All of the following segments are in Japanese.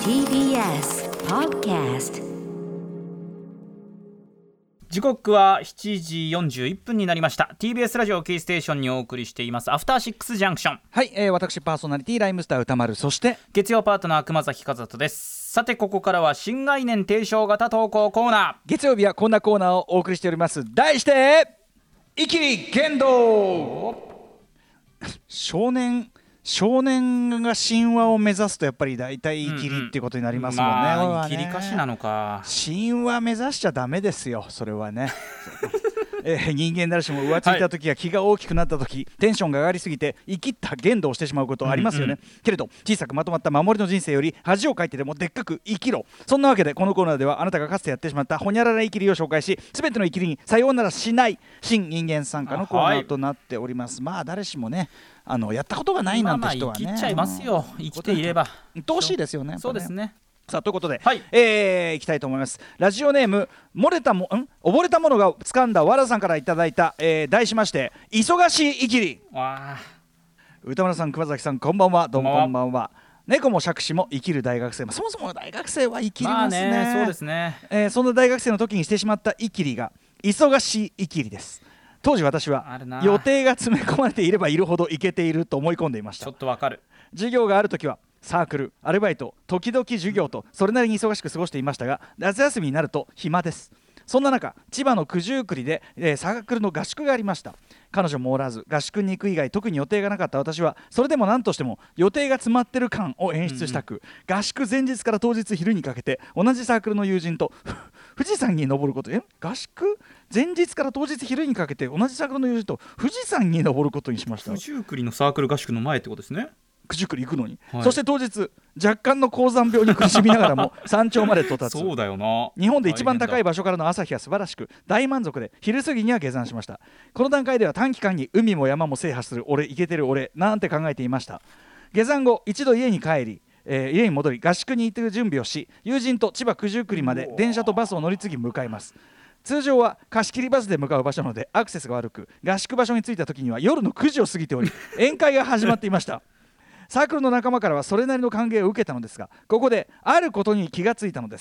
TBS Podcast。 時刻は7時41分になりました。 TBS ラジオキーステーションにお送りしていますアフターシックスジャンクション。 はい、私パーソナリティライムスター歌丸、そして月曜パートナー熊崎和人です。さてここからは新概念提唱型投稿コーナー。 月曜日はこんなコーナーをお送りしております。題してイキリ言動。少年が神話を目指すとやっぱり大体イキリっていうことになりますもんね。 まあ、イキリ歌詞なのか。 神話目指しちゃダメですよ、それはね。人間誰しも浮ついた時や気が大きくなった時、テンションが上がりすぎて生きった言動をしてしまうことありますよね、けれど小さくまとまった守りの人生より恥をかいてでもでっかく生きろ。そんなわけでこのコーナーではあなたがかつてやってしまったほにゃららイキリを紹介し、全てのイキリにさようならしない新人間参加のコーナーとなっております。まあ誰しもねやったことがないなんて人はね、 生きちゃいますよ。生きていればどうしいですよね。 そうですね。 さあということで、 はい、 いきたいと思います。ラジオネーム溺れたものが掴んだわらさんからいただいた、題しまして忙しいイキリ。歌村さん、熊崎さん、こんばんは。どうもこんばんは。猫も杓子も生きる大学生、そもそも大学生は生きりますね。 まあね、そうですね。 そんな大学生の時にしてしまったイキリが忙しいイキリです。当時私は予定が詰め込まれていればいるほどイケていると思い込んでいました。 ちょっとわかる。 授業がある時はサークル、アルバイト、時々授業とそれなりに忙しく過ごしていましたが、夏休みになると暇です。そんな中、千葉の九十九里で、サークルの合宿がありました。彼女もおらず合宿に行く以外特に予定がなかった私は、それでも何としても予定が詰まってる感を演出したく、合宿前日から当日昼にかけて同じサークルの友人と富士山に登ること。合宿前日から当日昼にかけて同じサークルの友人と富士山に登ることにしました。 九十九里のサークル合宿の前ってことですね。 九十九里行くのに、 はい、 そして当日若干の高山病に苦しみながらも山頂まで到達。 そうだよな。 日本で一番高い場所からの朝日は素晴らしく大満足で、昼過ぎには下山しました。この段階では短期間に海も山も制覇する俺、イケてる俺なんて考えていました。下山後一度家に帰り、家に戻り合宿に行く準備をし、友人と千葉九十九里まで電車とバスを乗り継ぎ向かいます。通常は貸し切りバスで向かう場所なのでアクセスが悪く、合宿場所に着いた時には夜の9時を過ぎており宴会が始まっていました。サークルの仲間からはそれなりの歓迎を受けたのですが、ここであることに気がついたのです。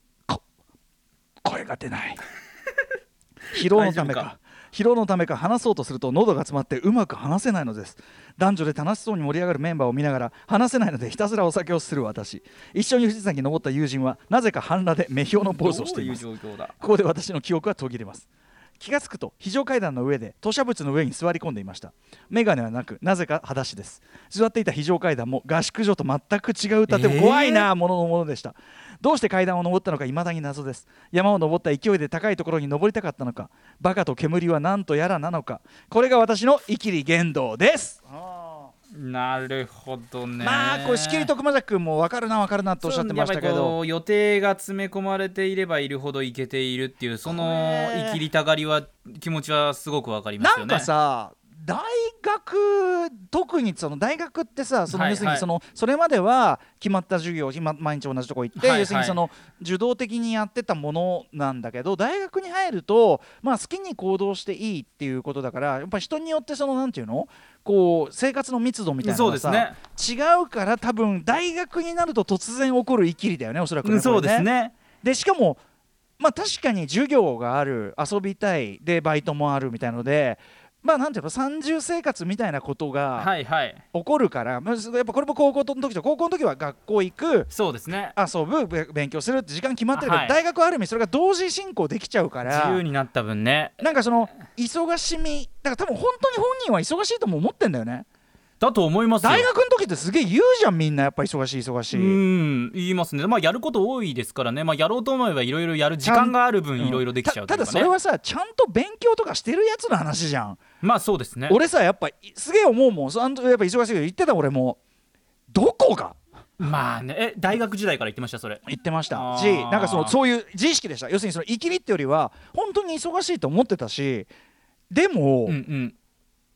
声が出ない疲労のためか話そうとすると喉が詰まってうまく話せないのです。男女で楽しそうに盛り上がるメンバーを見ながら話せないのでひたすらお酒をする私。一緒に富士山に登った友人はなぜか半裸で目標のポーズをしています。 どういう状況だ。 ここで私の記憶は途切れます。気がつくと非常階段の上で吐砂物の上に座り込んでいました。メガネはなくなぜか裸足です。座っていた非常階段も合宿所と全く違う建物、怖いなものでした。どうして階段を登ったのか未だに謎です。山を登った勢いで高いところに登りたかったのか、バカと煙は何とやらなのか。これが私のイキリ言動です。 なるほどね。 まあこれしきりと熊崎君も分かるなとおっしゃってましたけど、 予定が詰め込まれていればいるほどイケているっていうそのイキりたがりは気持ちはすごく分かりますよね。 なんかさ、大学特にその大学ってさ、要するにそれまでは決まった授業毎日同じとこ行って、要するに受動的にやってたものなんだけど、大学に入ると好きに行動していいっていうことだから、やっぱ人によってなんていうのこう生活の密度みたいなのがさ、違うから、多分大学になると突然起こるイキリだよね、おそらくね。 そうですね。 でしかも確かに授業がある、遊びたいでバイトもあるみたいので、なんていうの、三重生活みたいなことが起こるから、やっぱこれも高校の時は学校行く、 そうですね、 遊ぶ、勉強するって時間決まってるけど、大学はある意味それが同時進行できちゃうから、 自由になった分ね、 なんか忙しみだから多分本当に本人は忙しいとも思ってんだよね。 だと思いますよ。 大学の時ってすげえ言うじゃん、みんなやっぱ忙しい言いますね。やること多いですからね、やろうと思えばいろいろやる時間がある分いろいろできちゃうというかね。 ただそれはさ、ちゃんと勉強とかしてるやつの話じゃん。 そうですね。 俺さ、やっぱすげえ思うもん、やっぱ忙しいけど言ってた。俺もどこが大学時代から言ってました。それ言ってましたし、なんかそういう自意識でした。要するにイキリってよりは本当に忙しいと思ってたし、でも、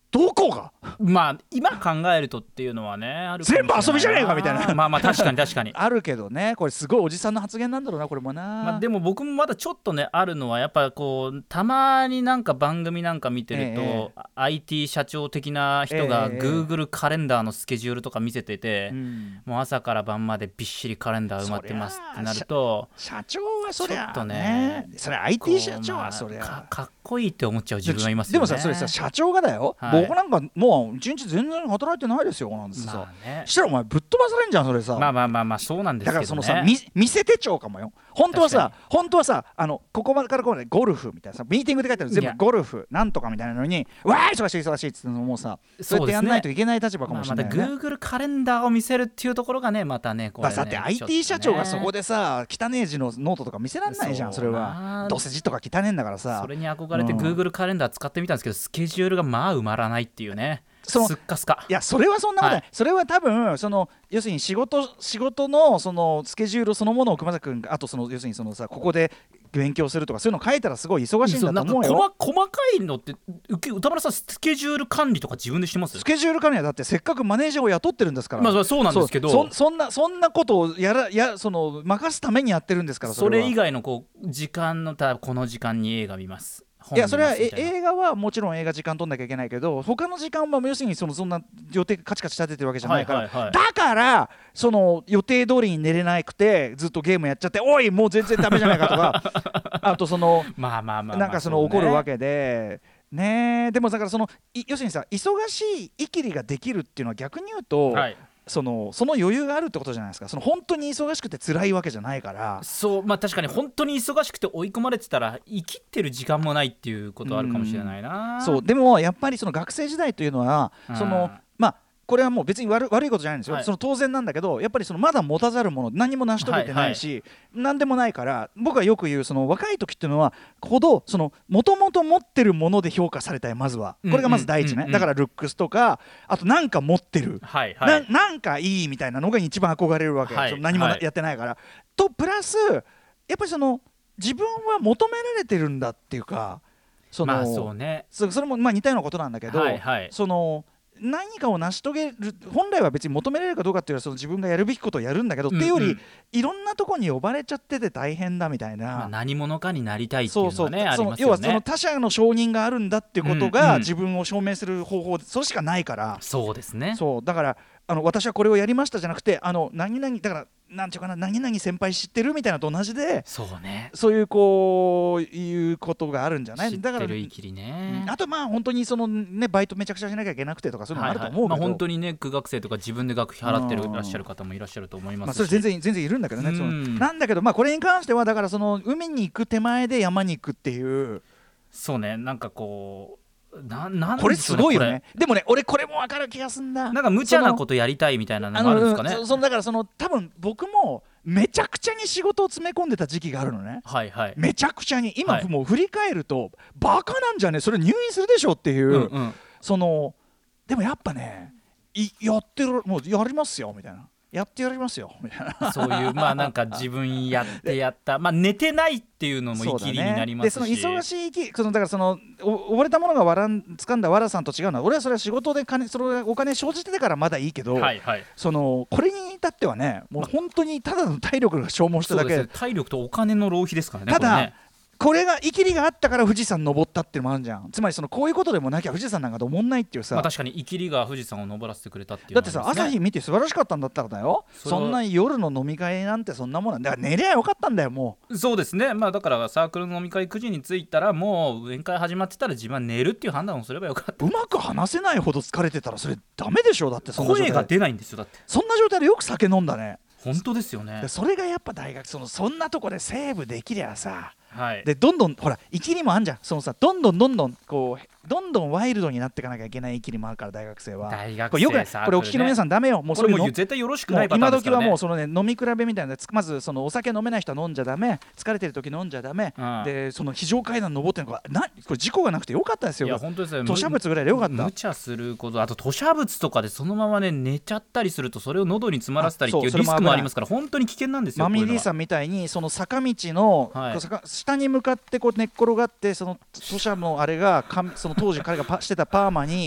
どこがまあ今考えるとっていうのはねあるかもしれないな。 全部遊びじゃねえかみたいなまあまあ確かに確かにあるけどね、これすごいおじさんの発言なんだろうなこれもな。 まあ、でも僕もまだちょっとねあるのはやっぱこうたまになんか番組なんか見てると、IT 社長的な人が Google カレンダーのスケジュールとか見せてて、もう朝から晩までびっしりカレンダー埋まってますってなると社長はそりゃちょっとねそれ IT 社長はそりゃかっこいいって思っちゃう自分がいますよね。 でもさそれさ社長がだよ、僕なんかもう一日全然働いてないですよなんてさ、 まあね、 したらお前ぶっ飛ばされんじゃんそれさ。 まあそうなんですけどね。 だからそのさ店手帳かもよ。本当はさここまでからここまでゴルフみたいなさミーティングで書いてある全部ゴルフなんとかみたいなのにわー忙しい忙しいっつってのもうさそうやってやんないといけない立場かもしれないよね。 まあ、Google カレンダーを見せるっていうところがねまたねこれねだって IT 社長がそこでさ汚ねえ字のノートとか見せらんないじゃん。それはどうせ字とか汚ねえんだからさ。 それに憧れて Google カレンダー使ってみたんですけど、スケジュールがまあ埋まらないっていうね。すっかすか。 いやそれはそんなことない、それは多分その要するに仕事のそのスケジュールそのものを熊崎君があとその要するにそのさここで勉強するとかそういうの書いたらすごい忙しいんだと思うよ。 なんか細かいのって歌丸さんスケジュール管理とか自分でしてます？ スケジュール管理はだってせっかくマネージャーを雇ってるんですから。 まあそうなんですけどそんなことをその任すためにやってるんですから。 それ以外のこう時間のこの時間に映画見ます。 いやそれは映画はもちろん映画時間取んなきゃいけないけど他の時間は要するにそんな予定カチカチ立ててるわけじゃないから、だからその予定通りに寝れなくてずっとゲームやっちゃっておいもう全然ダメじゃないかとかあとそのなんかその怒るわけでね。でもだからその要するにさ忙しいイキリができるっていうのは逆に言うと、その余裕があるってことじゃないですか。その本当に忙しくて辛いわけじゃないから。 そうまあ確かに本当に忙しくて追い込まれてたら生きてる時間もないっていうことはあるかもしれないな。 そうでもやっぱりその学生時代というのはそのまあこれはもう別に悪いことじゃないんですよ、その当然なんだけどやっぱりそのまだ持たざるもの何も成し遂げてないし、何でもないから僕はよく言うその若い時っていうのはほどその元々持ってるもので評価されたい。まずはこれがまず第一ね、だからルックスとかあとなんか持ってる、なんかいいみたいなのが一番憧れるわけ、その何もやってないから、とプラスやっぱりその自分は求められてるんだっていうかその、 そうね、 それもまあ似たようなことなんだけど、その何かを成し遂げる本来は別に求められるかどうかっていうのはその自分がやるべきことをやるんだけど、っていうよりいろんなところに呼ばれちゃってて大変だみたいな、 何者かになりたいっていうのはねありますよね。 要はその他者の承認があるんだっていうことが自分を証明する方法それしかないから。 そうですね。 そうだから私はこれをやりましたじゃなくて何々だからなんていうかな何々先輩知ってるみたいなのと同じで、 そうね、 そういうこういうことがあるんじゃない。 知ってるいきりね。 あとまあ本当にそのねバイトめちゃくちゃしなきゃいけなくてとかそういうのもあると思うけど、 本当にね苦学生とか自分で学費払ってらっしゃる方もいらっしゃると思いますし、 それ全然いるんだけどね。なんだけどまあこれに関してはだからその海に行く手前で山に行くっていう、 そうね、なんかこうこれすごいよね。でもね俺これも分かる気がすんだ。 なんか無茶なことやりたいみたいなのがあるんですかね。 だからその多分僕もめちゃくちゃに仕事を詰め込んでた時期があるのね。めちゃくちゃに今もう振り返ると、バカなんじゃねそれ入院するでしょっていう、そのでもやっぱねやってるもうやりますよみたいな。やってやりますよみたいなそういうまあなんか自分やったまあ寝てないっていうのもイキリになりますし、 でその忙しいだからその溺れたものが掴んだわらさんと違うのは俺はそれは仕事でそれお金生じててからまだいいけど、そのこれに至ってはねもう本当にただの体力が消耗しただけ、 そうですね、体力とお金の浪費ですからね。 ただこれがイキリがあったから富士山登ったっていうのもあるじゃん。つまりそのこういうことでもなきゃ富士山なんかと思んないっていうさ、 まあ確かにイキリが富士山を登らせてくれたっていうだってさ朝日見て素晴らしかったんだったらだよ、そんな夜の飲み会なんてそんなもんなんだから寝りゃよかったんだよもう。そうですね、まあだからサークルの飲み会9時に着いたらもう宴会始まってたら自分は寝るっていう判断をすればよかった。 うまく話せないほど疲れてたらそれダメでしょ。だってそんな声が出ないんですよ。だってそんな状態でよく酒飲んだね。 本当ですよね。 それがやっぱ大学そんなとこでセーブできりゃさ、でどんどんほらイキリもあんじゃん。そのさどんどんこうどんどんワイルドになっていかなきゃいけないイキリもあるから大学生は。 これお聞きの皆さんダメよ。もうそれも絶対よろしくないパターンですからね。 今時はもうそのね飲み比べみたいなまずそのお酒飲めない人は飲んじゃダメ、疲れてる時飲んじゃダメ、でその非常階段登ってるのがこれ事故がなくてよかったですよ。 いや本当ですよ。 吐瀉物ぐらいでよかった。 無茶すること、あと吐瀉物とかでそのままね寝ちゃったりするとそれを喉に詰まらせたりっていうリスクもありますから本当に危険なんですよ。 マミリーさんみたいにその坂道の下に向かってこう寝っ転がってその吐瀉のあれがその当時彼がしてたパーマに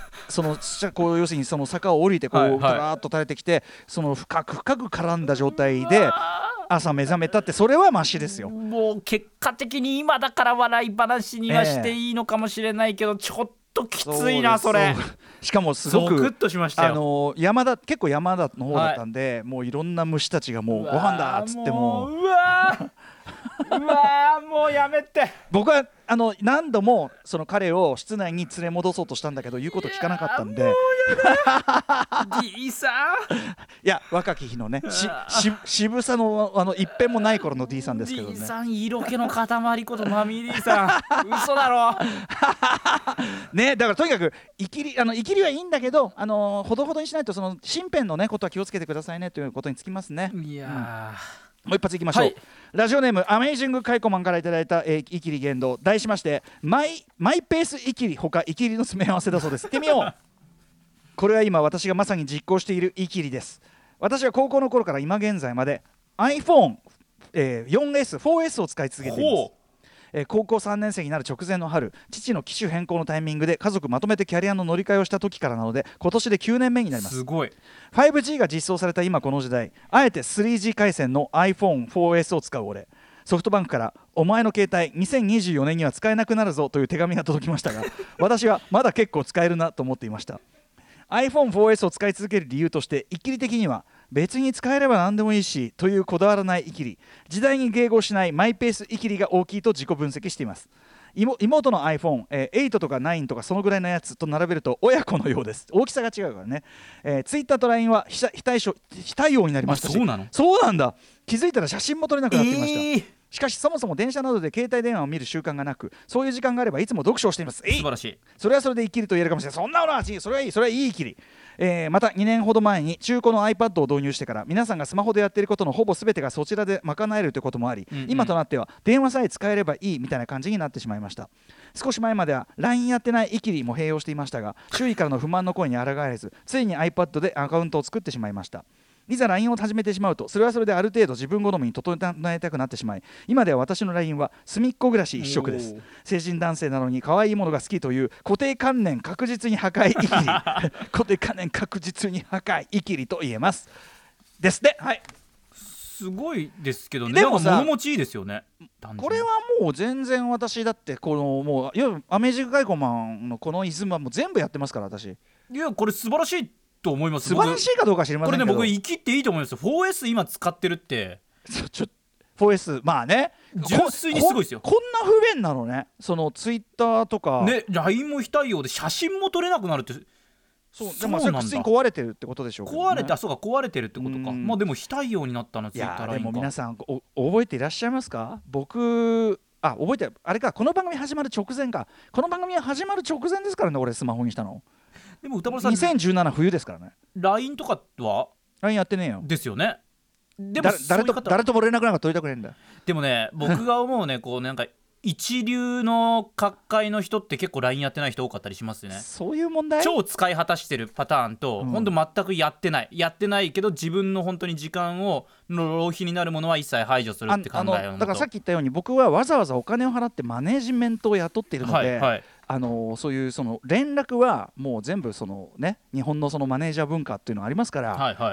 そのこう要するにその坂を降りてこうガラーッと垂れてきて、その深く絡んだ状態で朝目覚めたって、それはマシですよ。 もう結果的に今だから笑い話にはしていいのかもしれないけど、ちょっときついなそれ。 しかもすごくゾクッとしましたよ。 結構山田の方だったんで、もういろんな虫たちがもうご飯だっつってもうわーもうやめて。 僕は何度もその彼を室内に連れ戻そうとしたんだけど言うこと聞かなかったんで、 D さん、 いや若き日のね渋さの一辺もない頃の D さんですけどね。 D さん色気の塊ことマミー D さん嘘だろね。だからとにかくイキリはいいんだけど、ほどほどにしないと、その身辺のねことは気をつけてくださいねということにつきますね。 いやもう一発いきましょう、はい、ラジオネームアメイジングカイコマンからいただいた、イキリ言動、題しましてマイペースイキリほかイキリの詰め合わせだそうです。行ってみようこれは今私がまさに実行しているイキリです。私は高校の頃から今現在まで iPhone4S、4S を使い続けています。高校3年生になる直前の春、父の機種変更のタイミングで家族まとめてキャリアの乗り換えをした時からなので、今年で9年目になります。 すごい。 5G が実装された今この時代、あえて 3G 回線の iPhone4S を使う俺、ソフトバンクからお前の携帯2024年には使えなくなるぞという手紙が届きましたが私はまだ結構使えるなと思っていました。 iPhone4S を使い続ける理由として、イキリ的には別に使えれば何でもいいしというこだわらないイキリ、時代に迎合しマイペースイキリが大きいと自己分析しています。妹の iPhone8 とか9とかそのぐらいのやつと並べると親子のようです。大きさが違うからね。Twitter と LINE は非対応になりましたし。 そうなの？ そうなんだ。気づいたら写真も撮れなくなっていました。しかしそもそも電車などで携帯電話を見る習慣がなく、そういう時間があればいつも読書をしています。 素晴らしい。 それはそれでイキリと言えるかもしれない。そんなものはそれはいい、それはいいイキリ。また2年ほど前に中古の iPad を導入してから、皆さんがスマホでやっていることのほぼ全てがそちらで賄えるということもあり、今となっては電話さえ使えればいいみたいな感じになってしまいました。少し前までは LINE やってないイキリも併用していましたが、周囲からの不満の声に抗えず、ついに iPad でアカウントを作ってしまいました。いざ LINE を始めてしまうと、それはそれである程度自分好みに整えたくなってしまい、今では私の LINE は隅っこ暮らし一色です。成人男性なのに可愛いものが好きという固定観念確実に破壊イキリ固定観念確実に破壊イキリと言えますですね。はい、 すごいですけどね。でもさ、物持ちいいですよね。 これはもう全然私だってこのもうアメージングカイコマンのこのイズムはもう全部やってますから私。 いやこれ素晴らしいと思います。 素晴らしいかどうか知りませんけど、 これね僕生きっていいと思いますよ。 4S 今使ってるって 4S まあね、 純粋にすごいですよ。 こんな不便なのね。そのツイッターとかね LINE も非対応で写真も撮れなくなるって。 そうでもそれ普通に壊れてるってことでしょうけど、ね、 そうか壊れてるってことか。まあでも非対応になったのツイッター LINE か。 でも皆さん覚えていらっしゃいますか？僕覚えてる、あれか、この番組始まる直前か。この番組始まる直前ですからね、俺スマホにしたの。 でも歌丸さん 2017冬ですからね。 LINE とかは LINE やってねえよ。 ですよね。でも誰とも連絡なんか取りたくないんだ。 でもね僕が思うねこうなんか一流の各界の人って結構 LINE やってない人多かったりしますね。 そういう問題。 超使い果たしてるパターンと、本当全くやってないけど自分の本当に時間を浪費になるものは一切排除するって考えをだからさっき言ったように僕はわざわざお金を払ってマネージメントを雇っているので、そういうその連絡はもう全部そのね日本のそのマネージャー文化っていうのがありますから、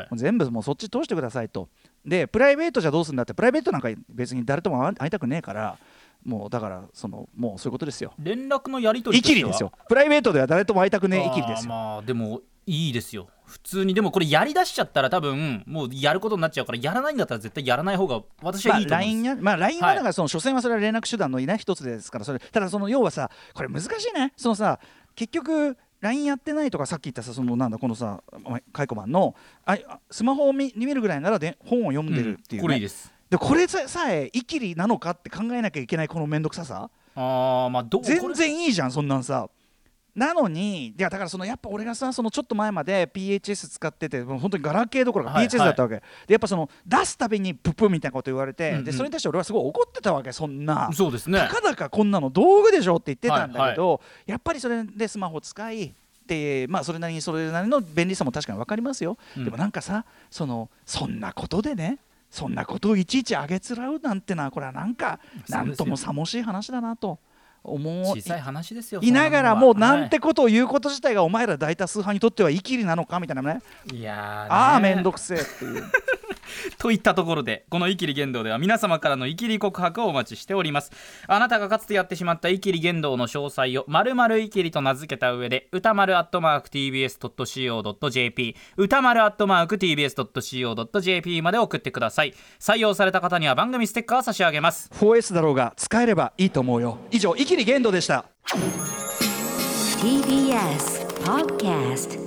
全部もうそっち通してくださいと。でプライベートじゃどうするんだって、プライベートなんか別に誰とも会いたくねえから、もうだからもうそういうことですよ。 連絡のやり取りとしてはイキリですよ。プライベートでは誰とも会いたくねえイキリですよ。 まあでもいいですよ普通に。でもこれやりだしちゃったら多分もうやることになっちゃうから、やらないんだったら絶対やらない方が私はいいと思います。 LINE はだからその所詮はそれは連絡手段の一つですから。それただその要はさ、これ難しいね。そのさ結局LINE やってないとか、さっき言ったさそのなんだこのさカイコマンのスマホを見るぐらいなら本を読んでるっていう、ね、 これいいです。 でこれさえイキリなのかって考えなきゃいけないこのめんどくささ。全然いいじゃんそんなんさ。なのにだからそのやっぱ俺がさそのちょっと前まで PHS 使ってて本当にガラケーどころか PHS だったわけ、でやっぱその出すたびにププみたいなこと言われて、でそれに対して俺はすごい怒ってたわけ。そんなそうですね、 たかだかこんなの道具でしょって言ってたんだけど、やっぱりそれでスマホ使いで、それなりの便利さも確かに分かりますよ、でもなんかさそんなことでね、そんなことをいちいちあげつらうなんてのはこれはなんともさもしい話だなと小さい話ですよいながらもなんてことを言うこと自体がお前ら大多数派にとってはイキリなのかみたいなね。 いやああめんどくせえっていうといったところで、このイキリ言動では皆様からのイキリ告白をお待ちしております。あなたがかつてやってしまったイキリ言動の詳細を〇〇イキリと名付けた上で、歌丸@tbs.co.jp 歌丸@tbs.co.jp まで送ってください。採用された方には番組ステッカーを差し上げます。 4S だろうが使えればいいと思うよ。以上イキリ言動でした。 TBS Podcast